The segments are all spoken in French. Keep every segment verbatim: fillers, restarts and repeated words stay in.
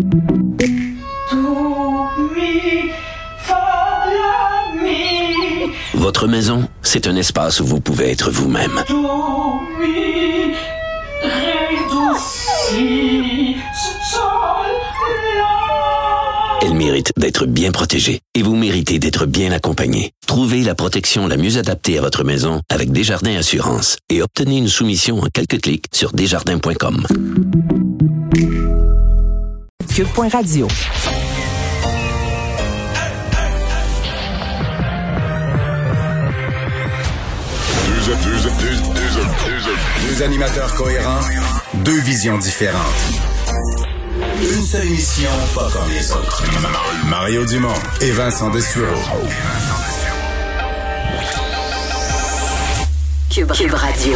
Votre maison, c'est un espace où vous pouvez être vous-même. Elle mérite d'être bien protégée et vous méritez d'être bien accompagné. Trouvez la protection la mieux adaptée à votre maison avec Desjardins Assurance et obtenez une soumission en quelques clics sur desjardins point com. Cube point radio. Deux, deux, deux, deux, deux, deux animateurs cohérents, deux visions différentes. Une seule émission, pas comme les autres. Mario Dumont et Vincent Dessureau. Cube, Cube Radio.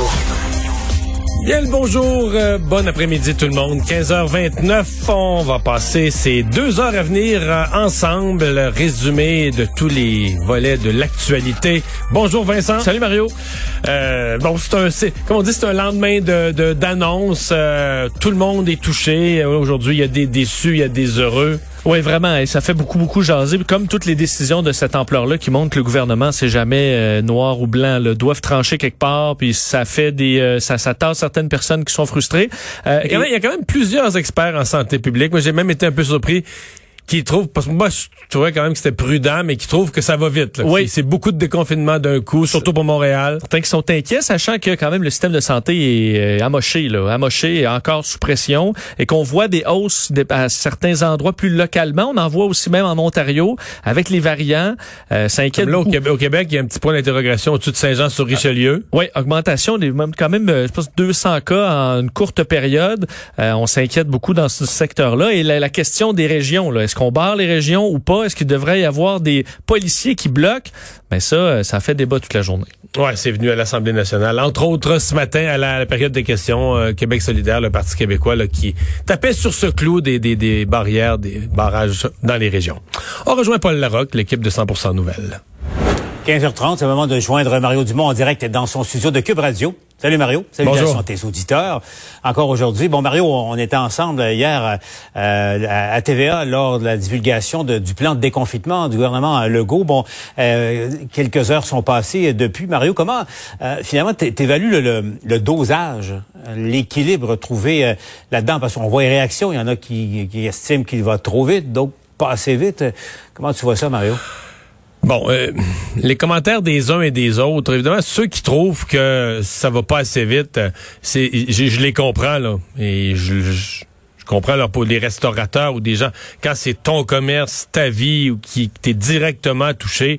Bien le bonjour, euh, bon après-midi tout le monde. quinze heures vingt-neuf, on va passer ces deux heures à venir euh, ensemble, le résumé de tous les volets de l'actualité. Bonjour Vincent. Salut Mario. Euh, bon, c'est un, c'est, comme on dit, c'est un lendemain de, de d'annonce. Euh, tout le monde est touché. Aujourd'hui, il y a des déçus, il y a des heureux. Oui, vraiment, et ça fait beaucoup, beaucoup jaser. Comme toutes les décisions de cette ampleur-là qui montrent que le gouvernement, c'est jamais euh, noir ou blanc, là, doivent trancher quelque part, puis ça fait des, euh, ça, ça tasse certaines personnes qui sont frustrées. Euh, il, y a quand même, il y a quand même plusieurs experts en santé publique. Moi, j'ai même été un peu surpris qui trouvent, parce que moi, je trouvais quand même que c'était prudent, mais qui trouvent que ça va vite. Là. Oui. C'est, c'est beaucoup de déconfinement d'un coup, surtout pour Montréal. Certains qui sont inquiets, sachant que quand même le système de santé est euh, amoché, là, amoché et encore sous pression, et qu'on voit des hausses de, à certains endroits plus localement. On en voit aussi même en Ontario, avec les variants. Euh, ça inquiète Comme là, beaucoup. au Québec, au Québec, il y a un petit point d'interrogation au-dessus de Saint-Jean-sur-Richelieu. Ah, oui, augmentation, des, même, quand même, je pense, deux cents cas en une courte période. Euh, on s'inquiète beaucoup dans ce secteur-là. Et la, la question des régions, là, est-ce qu'on barre les régions ou pas? Est-ce qu'il devrait y avoir des policiers qui bloquent? Ben ça, ça fait débat toute la journée. Ouais, c'est venu à l'Assemblée nationale. Entre autres, ce matin, à la, à la période des questions, euh, Québec solidaire, le Parti québécois, là, qui tapait sur ce clou des, des, des barrières, des barrages dans les régions. On rejoint Paul Larocque, l'équipe de cent pour cent Nouvelles. quinze heures trente, c'est le moment de joindre Mario Dumont en direct dans son studio de Cube Radio. Salut Mario, salutations à tes auditeurs. Encore aujourd'hui, bon Mario, on était ensemble hier euh, à T V A lors de la divulgation de, du plan de déconfinement du gouvernement Legault. Bon, euh, quelques heures sont passées depuis. Mario, comment euh, finalement t'évalues le, le, le dosage, l'équilibre trouvé euh, là-dedans? Parce qu'on voit les réactions, il y en a qui, qui estiment qu'il va trop vite, d'autres pas assez vite. Comment tu vois ça, Mario? Bon, euh, les commentaires des uns et des autres, évidemment, ceux qui trouvent que ça va pas assez vite, c'est, je, je les comprends, là, et je, je, je comprends, là, pour les restaurateurs ou des gens, quand c'est ton commerce, ta vie, ou qui t'es directement touché,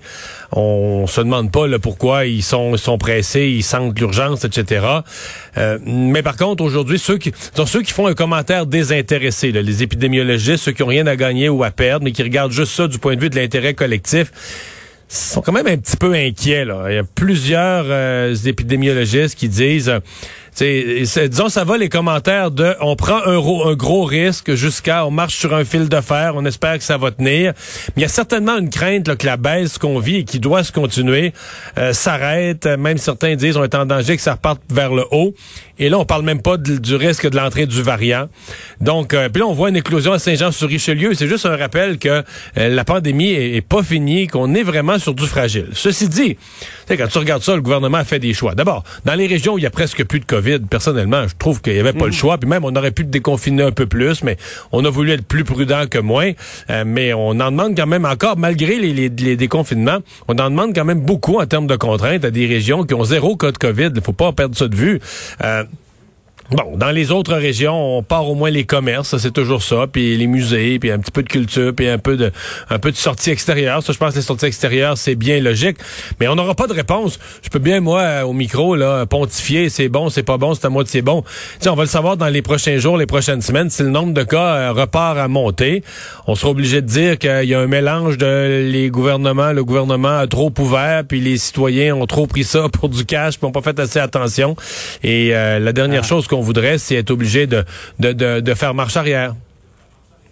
on se demande pas, là, pourquoi ils sont, ils sont pressés, ils sentent l'urgence, et cetera. Euh, mais par contre, aujourd'hui, ceux qui, donc ceux qui font un commentaire désintéressé, là, les épidémiologistes, ceux qui ont rien à gagner ou à perdre, mais qui regardent juste ça du point de vue de l'intérêt collectif, sont quand même un petit peu inquiets, là. Il y a plusieurs euh, épidémiologistes qui disent, euh, c'est, c'est, disons, ça va les commentaires de on prend un, un gros risque jusqu'à on marche sur un fil de fer, on espère que ça va tenir. Mais il y a certainement une crainte là, que la baisse qu'on vit et qui doit se continuer euh, s'arrête. Même certains disent on est en danger que ça reparte vers le haut. Et là, on parle même pas de, du risque de l'entrée du variant. Donc, euh, puis là, on voit une éclosion à Saint-Jean-sur-Richelieu. C'est juste un rappel que euh, la pandémie est, est pas finie, qu'on est vraiment sur du fragile. Ceci dit, tu sais, quand tu regardes ça, le gouvernement a fait des choix. D'abord, dans les régions où il y a presque plus de COVID, personnellement, je trouve qu'il y avait pas mmh. le choix. Puis même, on aurait pu déconfiner un peu plus, mais on a voulu être plus prudent que moins. Euh, mais on en demande quand même encore, malgré les, les, les déconfinements, on en demande quand même beaucoup en termes de contraintes à des régions qui ont zéro cas de COVID. Il faut pas perdre ça de vue. Euh, Bon, dans les autres régions, on part au moins les commerces, c'est toujours ça, puis les musées, puis un petit peu de culture, puis un peu de un peu de sorties extérieures. Ça, je pense que les sorties extérieures, c'est bien logique, mais on n'aura pas de réponse. Je peux bien, moi, au micro, là, pontifier, c'est bon, c'est pas bon, c'est à moitié bon. Tu sais, on va le savoir dans les prochains jours, les prochaines semaines, si le nombre de cas euh, repart à monter. On sera obligé de dire qu'il y a un mélange de les gouvernements, le gouvernement a trop ouvert, puis les citoyens ont trop pris ça pour du cash, puis n'ont pas fait assez attention. Et euh, la dernière ah. chose qu'on voudrait, c'est être obligé de, de, de, de faire marche arrière.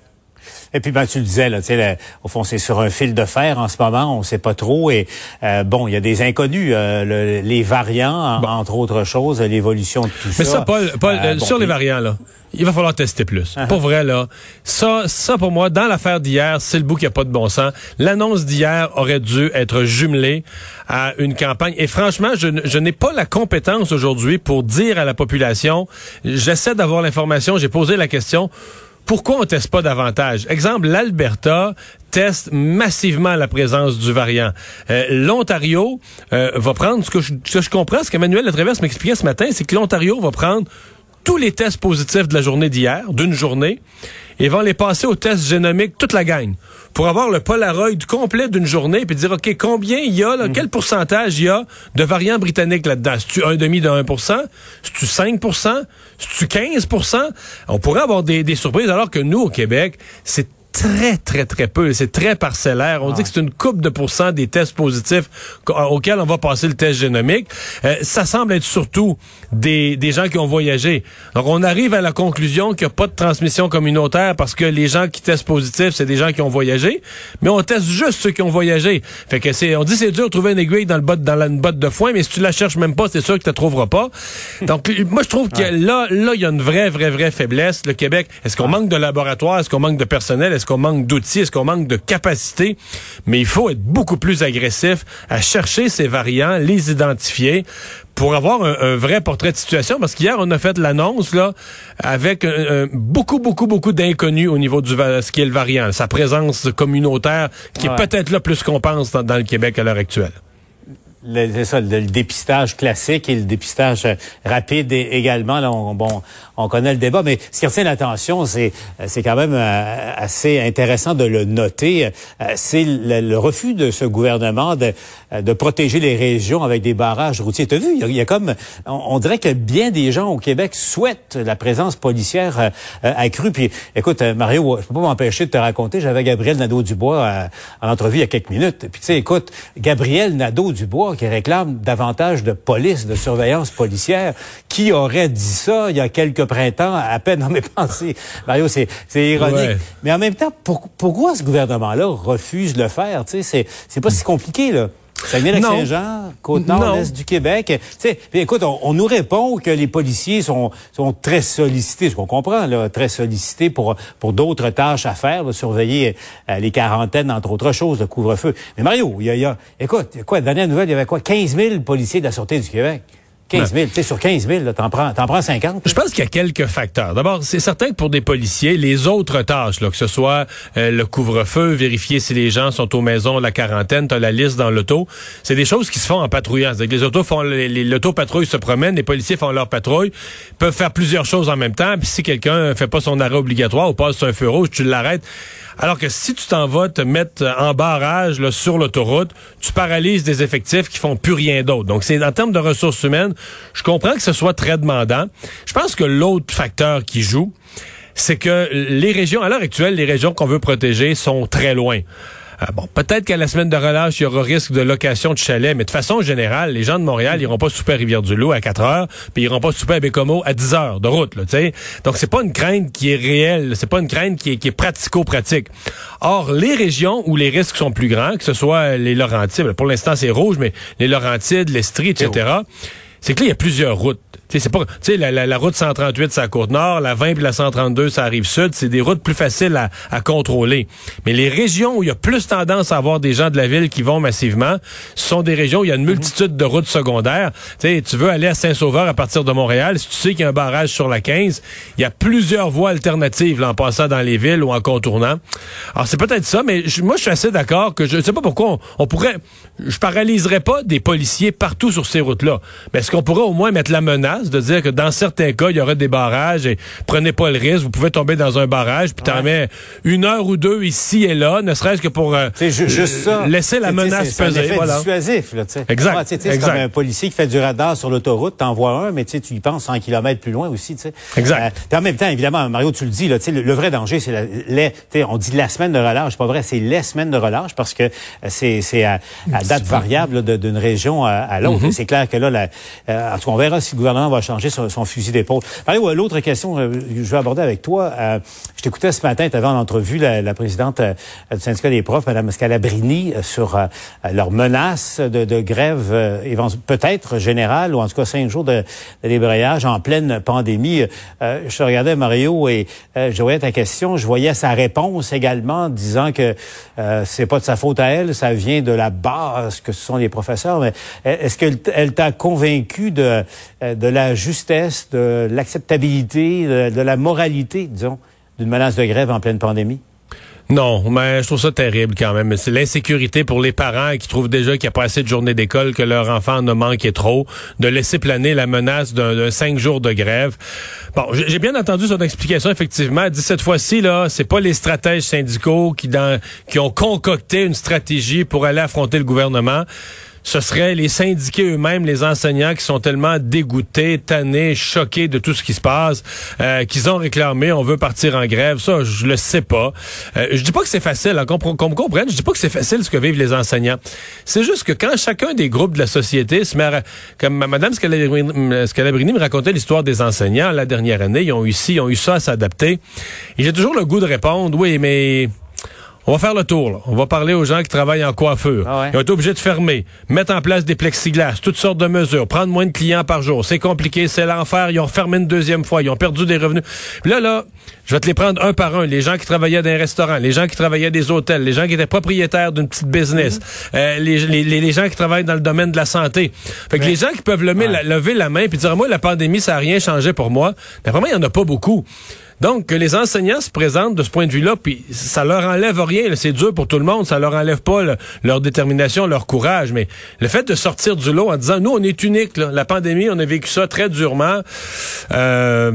Et puis, ben, tu le disais, là, tu sais, au fond, c'est sur un fil de fer en ce moment, on sait pas trop. Et euh, bon, il y a des inconnus, euh, le, les variants, bon. entre autres choses, l'évolution de tout Mais ça. Mais ça, Paul, Paul euh, bon, sur les variants, là, il va falloir tester plus. Uh-huh. Pour vrai, là, ça, ça pour moi, dans l'affaire d'hier, c'est le bout qui a pas de bon sens. L'annonce d'hier aurait dû être jumelée à une campagne. Et franchement, je, je n'ai pas la compétence aujourd'hui pour dire à la population, j'essaie d'avoir l'information, j'ai posé la question, pourquoi on teste pas davantage? Exemple, l'Alberta teste massivement la présence du variant. Euh, L'Ontario euh, va prendre, ce que, je, ce que je comprends, ce qu'Emmanuel Latraverse m'expliquait ce matin, c'est que l'Ontario va prendre tous les tests positifs de la journée d'hier, d'une journée, et vont les passer aux tests génomiques, toute la gang, pour avoir le Polaroid complet d'une journée, puis dire, OK, combien il y a, là, mmh. quel pourcentage il y a de variants britanniques là-dedans? C'est-tu un demi de un pour cent? C'est-tu cinq pour cent? C'est-tu quinze pour cent? On pourrait avoir des, des surprises, alors que nous, au Québec, c'est très, très, très peu. C'est très parcellaire. On ah. dit que c'est une couple de pourcents des tests positifs auxquels on va passer le test génomique. Euh, ça semble être surtout des, des gens qui ont voyagé. Donc, on arrive à la conclusion qu'il n'y a pas de transmission communautaire parce que les gens qui testent positifs, c'est des gens qui ont voyagé. Mais on teste juste ceux qui ont voyagé. Fait que c'est, on dit c'est dur de trouver une aiguille dans le bot, dans la, une botte de foin, mais si tu la cherches même pas, c'est sûr que tu la trouveras pas. Donc, moi, je trouve que ouais. là, là, il y a une vraie, vraie, vraie faiblesse. Le Québec, est-ce qu'on manque de laboratoires? Est-ce qu'on manque de personnel? Est-ce qu'on manque d'outils? Est-ce qu'on manque de capacité? Mais il faut être beaucoup plus agressif à chercher ces variants, les identifier pour avoir un, un vrai portrait de situation. Parce qu'hier, on a fait l'annonce là avec un, un, beaucoup, beaucoup, beaucoup d'inconnus au niveau du ce qui est le variant. Sa présence communautaire qui ouais. est peut-être là plus qu'on pense dans, dans le Québec à l'heure actuelle. Le, c'est ça, le, le dépistage classique et le dépistage rapide également. Là, on, bon, on connaît le débat, mais ce qui retient l'attention, c'est, c'est quand même euh, assez intéressant de le noter. Euh, c'est le, le refus de ce gouvernement de, de protéger les régions avec des barrages routiers. T'as vu, il y a, il y a comme, on, on dirait que bien des gens au Québec souhaitent la présence policière euh, accrue. Puis, écoute, Mario, je peux pas m'empêcher de te raconter, j'avais Gabriel Nadeau-Dubois euh, en entrevue il y a quelques minutes. Puis, tu sais, écoute, Gabriel Nadeau-Dubois qui réclame davantage de police, de surveillance policière. Qui aurait dit ça il y a quelques printemps, à peine dans mes pensées? Mario, c'est, c'est ironique. Ouais. Mais en même temps, pour, pourquoi ce gouvernement-là refuse de le faire? Tu sais, c'est, c'est pas si compliqué, là. Saguenay-Lac-Saint-Jean, Côte-Nord, l'Est du Québec. Tu sais, écoute, on, on nous répond que les policiers sont, sont très sollicités, ce qu'on comprend, là, très sollicités pour, pour d'autres tâches à faire, là, surveiller euh, les quarantaines, entre autres choses, le couvre-feu. Mais Mario, il y a, il y a, écoute, quoi, dernière nouvelle, il y avait quoi, quinze mille policiers de la Sûreté du Québec. quinze mille, tu sais, sur quinze mille, là, t'en prends, t'en prends cinquante. Je pense qu'il y a quelques facteurs. D'abord, c'est certain que pour des policiers, les autres tâches, là, que ce soit euh, le couvre-feu, vérifier si les gens sont aux maisons, la quarantaine, t'as la liste dans l'auto, c'est des choses qui se font en patrouillant. C'est-à-dire que les autos font, les, les, l'autopatrouille se promène, les policiers font leur patrouille, peuvent faire plusieurs choses en même temps, puis si quelqu'un fait pas son arrêt obligatoire ou passe sur un feu rouge, tu l'arrêtes. Alors que si tu t'en vas te mettre en barrage là, sur l'autoroute, tu paralyses des effectifs qui font plus rien d'autre. Donc, c'est en termes de ressources humaines, je comprends que ce soit très demandant. Je pense que l'autre facteur qui joue, c'est que les régions, à l'heure actuelle, les régions qu'on veut protéger sont très loin. Euh, bon, peut-être qu'à la semaine de relâche, il y aura risque de location de chalet, mais de façon générale, les gens de Montréal iront pas souper à Rivière-du-Loup à quatre heures, puis ils iront pas souper à Bécomo à dix heures de route, là, tu sais. Donc, c'est pas une crainte qui est réelle, c'est pas une crainte qui est, qui est pratico-pratique. Or, les régions où les risques sont plus grands, que ce soit les Laurentides, pour l'instant, c'est rouge, mais les Laurentides, l'Estrie, et cetera, c'est que là, il y a plusieurs routes. Tu sais, c'est pas, tu sais, la, la, la route cent trente-huit, c'est à Côte-Nord, la vingt puis la cent trente-deux, ça arrive sud. C'est des routes plus faciles à, à contrôler. Mais les régions où il y a plus tendance à avoir des gens de la ville qui vont massivement, ce sont des régions où il y a une multitude de routes secondaires. Tu sais, tu veux aller à Saint-Sauveur à partir de Montréal, si tu sais qu'il y a un barrage sur la quinze, il y a plusieurs voies alternatives, là, en passant dans les villes ou en contournant. Alors, c'est peut-être ça, mais je, moi, je suis assez d'accord que je ne sais pas pourquoi on, on pourrait, je paralyserais pas des policiers partout sur ces routes-là. Mais est-ce qu'on pourrait au moins mettre la menace de dire que dans certains cas, il y aurait des barrages et prenez pas le risque, vous pouvez tomber dans un barrage puis t'en ouais. mets une heure ou deux ici et là, ne serait-ce que pour euh, ju- juste ça. laisser la menace c'est, peser. C'est un effet voilà. dissuasif, là, tu sais. Exact. Ouais, c'est exact. Comme un policier qui fait du radar sur l'autoroute, t'en vois un, mais tu y penses cent kilomètres plus loin aussi, tu sais. Exact. Euh, en même temps, évidemment, Mario, tu le dis, là, tu sais, le, le vrai danger, c'est la, les, on dit la semaine de relâche, c'est pas vrai, c'est les semaines de relâche parce que c'est, c'est à, à date variable là, de, d'une région à, à l'autre. Mm-hmm. C'est clair que là, la, Euh, en tout cas, on verra si le gouvernement va changer son, son fusil d'épaule. Mario, l'autre question euh, je vais aborder avec toi. Euh, je t'écoutais ce matin, tu avais en entrevue la, la présidente euh, du syndicat des profs, Mme Scalabrini, euh, sur euh, leur menace de, de grève euh, peut-être générale, ou en tout cas cinq jours de, de débrayage en pleine pandémie. Euh, je te regardais, Mario, et euh, je voyais ta question, je voyais sa réponse également, disant que euh, c'est pas de sa faute à elle, ça vient de la base, que ce sont les professeurs. Mais est-ce qu'elle t'a convaincu de, de la justesse, de l'acceptabilité, de, de la moralité, disons, d'une menace de grève en pleine pandémie? Non, mais je trouve ça terrible quand même. C'est l'insécurité pour les parents qui trouvent déjà qu'il n'y a pas assez de journées d'école, que leur enfant ne manquait trop, de laisser planer la menace d'un, d'un cinq jours de grève. Bon, j'ai bien entendu son explication, effectivement. Elle dit cette fois-ci, là, c'est pas les stratèges syndicaux qui, dans, qui ont concocté une stratégie pour aller affronter le gouvernement. Ce seraient les syndiqués eux-mêmes, les enseignants, qui sont tellement dégoûtés, tannés, choqués de tout ce qui se passe, euh, qu'ils ont réclamé, on veut partir en grève. Ça, je le sais pas. Euh, je dis pas que c'est facile, hein, qu'on, qu'on me comprenne, je dis pas que c'est facile ce que vivent les enseignants. C'est juste que quand chacun des groupes de la société se met à, comme Mme Scalabrini, Scalabrini me racontait l'histoire des enseignants la dernière année, ils ont eu ci, ils ont eu ça à s'adapter. Et j'ai toujours le goût de répondre, oui, mais... On va faire le tour, là. On va parler aux gens qui travaillent en coiffure. Ah ouais. Ils ont été obligés de fermer, mettre en place des plexiglas, toutes sortes de mesures, prendre moins de clients par jour. C'est compliqué, c'est l'enfer. Ils ont fermé une deuxième fois, ils ont perdu des revenus. Puis là, là, je vais te les prendre un par un. Les gens qui travaillaient dans les restaurants, les gens qui travaillaient des hôtels, les gens qui étaient propriétaires d'une petite business, mm-hmm. euh, les, les, les gens qui travaillent dans le domaine de la santé. Fait que ouais. les gens qui peuvent lever, ouais. la, lever la main puis dire, moi, la pandémie, ça n'a rien changé pour moi. Mais vraiment, il n'y en a pas beaucoup. Donc, que les enseignants se présentent de ce point de vue-là, puis ça leur enlève rien. Là, c'est dur pour tout le monde. Ça leur enlève pas là, leur détermination, leur courage. Mais le fait de sortir du lot en disant, nous, on est unique. Là. La pandémie, on a vécu ça très durement. Euh,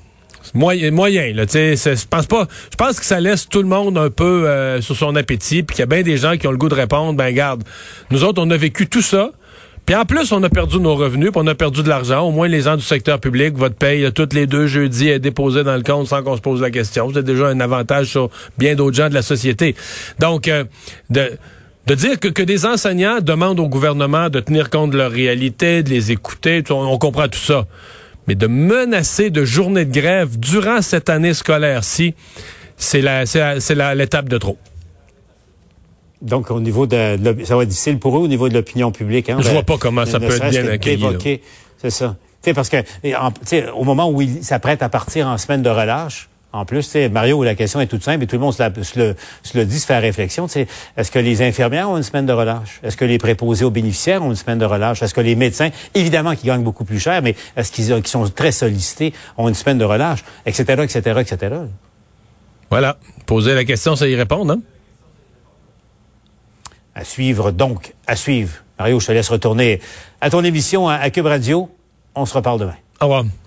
moyen, moyen. Là, je pense pas. Je pense que ça laisse tout le monde un peu euh, sur son appétit, puis qu'il y a bien des gens qui ont le goût de répondre. Ben, garde, nous autres, on a vécu tout ça. Puis en plus, on a perdu nos revenus, puis on a perdu de l'argent. Au moins, les gens du secteur public, votre paye, toutes les deux jeudis, est déposée dans le compte sans qu'on se pose la question. C'est déjà un avantage sur bien d'autres gens de la société. Donc, euh, de... De dire que, que des enseignants demandent au gouvernement de tenir compte de leur réalité, de les écouter, on, on comprend tout ça. Mais de menacer de journées de grève durant cette année scolaire-ci, c'est la, c'est la, c'est la, l'étape de trop. Donc, au niveau de, de ça va être difficile pour eux au niveau de l'opinion publique. Hein, Je de, vois pas comment ça peut être bien accueilli. C'est ça. Tu sais, parce que en, au moment où ils s'apprêtent à partir en semaine de relâche, en plus, tu sais, Mario, la question est toute simple et tout le monde se, la, se, le, se le dit, se fait réflexion. Tu sais, est-ce que les infirmières ont une semaine de relâche? Est-ce que les préposés aux bénéficiaires ont une semaine de relâche? Est-ce que les médecins, évidemment, qui gagnent beaucoup plus cher, mais est-ce qu'ils qui sont très sollicités, ont une semaine de relâche? Etc., etc., et cetera. Voilà. Poser la question, ça y répond, hein? À suivre, donc, à suivre. Mario, je te laisse retourner à ton émission à, à Cube Radio. On se reparle demain. Au revoir.